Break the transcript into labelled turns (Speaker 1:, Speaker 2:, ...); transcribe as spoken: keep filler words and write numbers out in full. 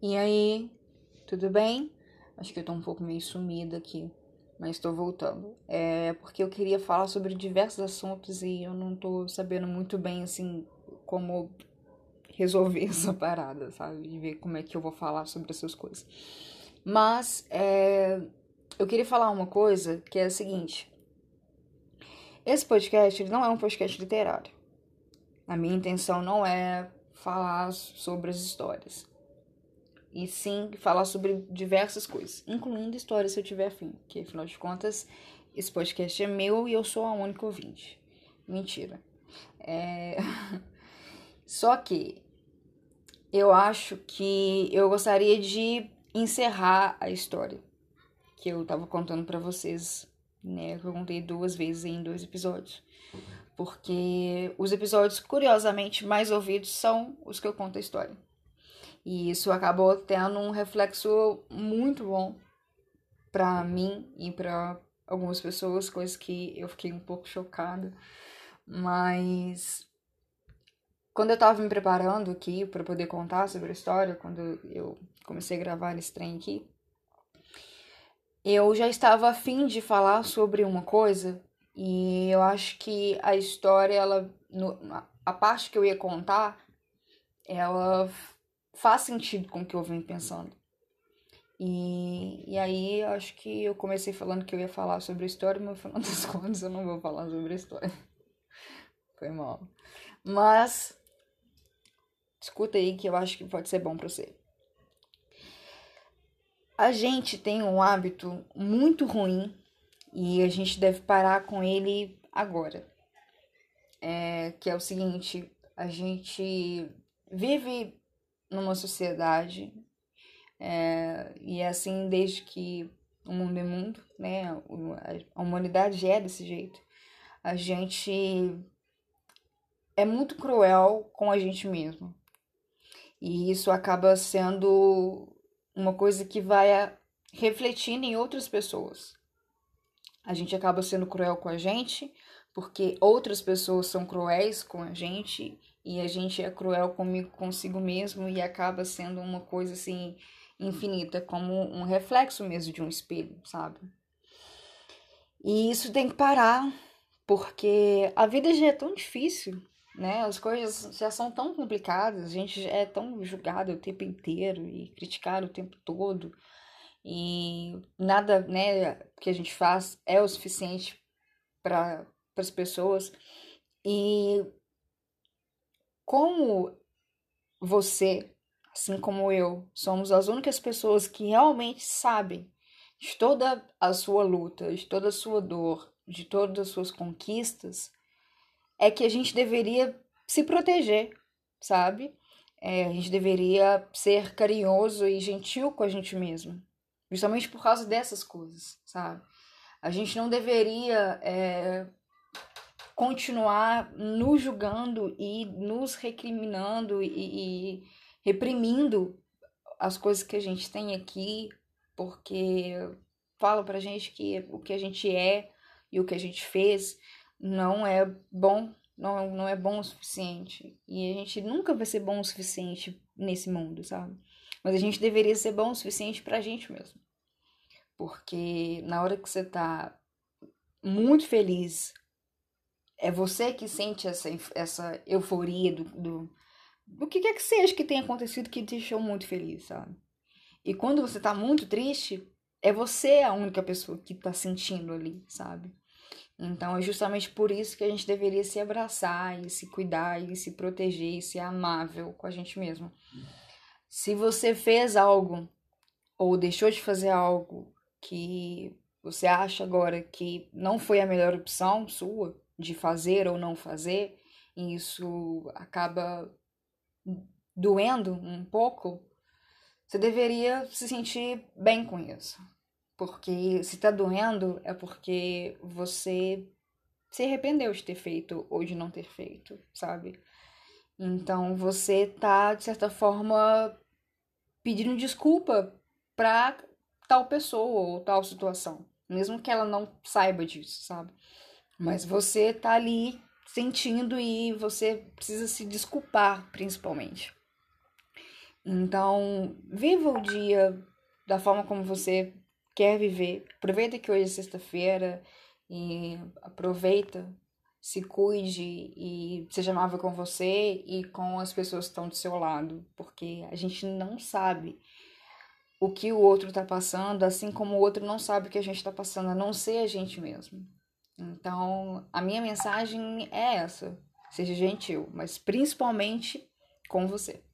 Speaker 1: E aí, tudo bem? Acho que eu tô um pouco meio sumida aqui, mas tô voltando. É porque eu queria falar sobre diversos assuntos e eu não tô sabendo muito bem, assim, como resolver essa parada, sabe? De ver como é que eu vou falar sobre essas coisas. Mas, é, eu queria falar uma coisa que é a seguinte: esse podcast ele não é um podcast literário. A minha intenção não é falar sobre as histórias. E sim falar sobre diversas coisas, incluindo histórias se eu tiver afim, porque afinal de contas, esse podcast é meu e eu sou a única ouvinte. Mentira. É... Só que eu acho que eu gostaria de encerrar a história que eu tava contando pra vocês, né? Que eu contei duas vezes em dois episódios. Porque os episódios, curiosamente, mais ouvidos são os que eu conto a história. E isso acabou tendo um reflexo muito bom pra mim e pra algumas pessoas, coisa que eu fiquei um pouco chocada. Mas quando eu tava me preparando aqui pra poder contar sobre a história, quando eu comecei a gravar esse trem aqui, eu já estava a fim de falar sobre uma coisa e eu acho que a história, ela, no- a parte que eu ia contar, ela faz sentido com o que eu vim pensando. E, e aí, eu acho que eu comecei falando que eu ia falar sobre a história, mas no final das contas eu não vou falar sobre a história. Foi mal. Mas, escuta aí que eu acho que pode ser bom pra você. A gente tem um hábito muito ruim e a gente deve parar com ele agora. É, que é o seguinte, a gente vive numa sociedade é, e é assim desde que o mundo é mundo, né? A humanidade é desse jeito. A gente é muito cruel com a gente mesmo. E isso acaba sendo uma coisa que vai refletindo em outras pessoas. A gente acaba sendo cruel com a gente, porque outras pessoas são cruéis com a gente, e a gente é cruel comigo, consigo mesmo, e acaba sendo uma coisa assim infinita, como um reflexo mesmo de um espelho, sabe? E isso tem que parar, porque a vida já é tão difícil, né? As coisas já são tão complicadas, a gente já é tão julgado o tempo inteiro e criticado o tempo todo, e nada, né, que a gente faz é o suficiente para as pessoas. E como você, assim como eu, somos as únicas pessoas que realmente sabem de toda a sua luta, de toda a sua dor, de todas as suas conquistas, é que a gente deveria se proteger, sabe? É, a gente deveria ser carinhoso e gentil com a gente mesmo, justamente por causa dessas coisas, sabe? A gente não deveria é, continuar nos julgando e nos recriminando e, e reprimindo as coisas que a gente tem aqui, porque fala pra gente que o que a gente é e o que a gente fez não é bom, não, não é bom o suficiente. E a gente nunca vai ser bom o suficiente nesse mundo, sabe? Mas a gente deveria ser bom o suficiente pra gente mesmo. Porque na hora que você tá muito feliz, é você que sente essa, essa euforia do, do, do que quer que seja que tenha acontecido que te deixou muito feliz, sabe? E quando você tá muito triste, é você a única pessoa que tá sentindo ali, sabe? Então é justamente por isso que a gente deveria se abraçar e se cuidar e se proteger e ser amável com a gente mesmo. Se você fez algo ou deixou de fazer algo que você acha agora que não foi a melhor opção sua de fazer ou não fazer, e isso acaba doendo um pouco, você deveria se sentir bem com isso. Porque se tá doendo é porque você se arrependeu de ter feito ou de não ter feito, sabe? Então você tá, de certa forma, pedindo desculpa pra tal pessoa ou tal situação, mesmo que ela não saiba disso, sabe? Mas você tá ali sentindo e você precisa se desculpar, principalmente. Então, viva o dia da forma como você quer viver. Aproveita que hoje é sexta-feira e aproveita, se cuide e seja amável com você e com as pessoas que estão do seu lado, porque a gente não sabe o que o outro está passando, assim como o outro não sabe o que a gente está passando, a não ser a gente mesmo. Então, a minha mensagem é essa: seja gentil, mas principalmente com você.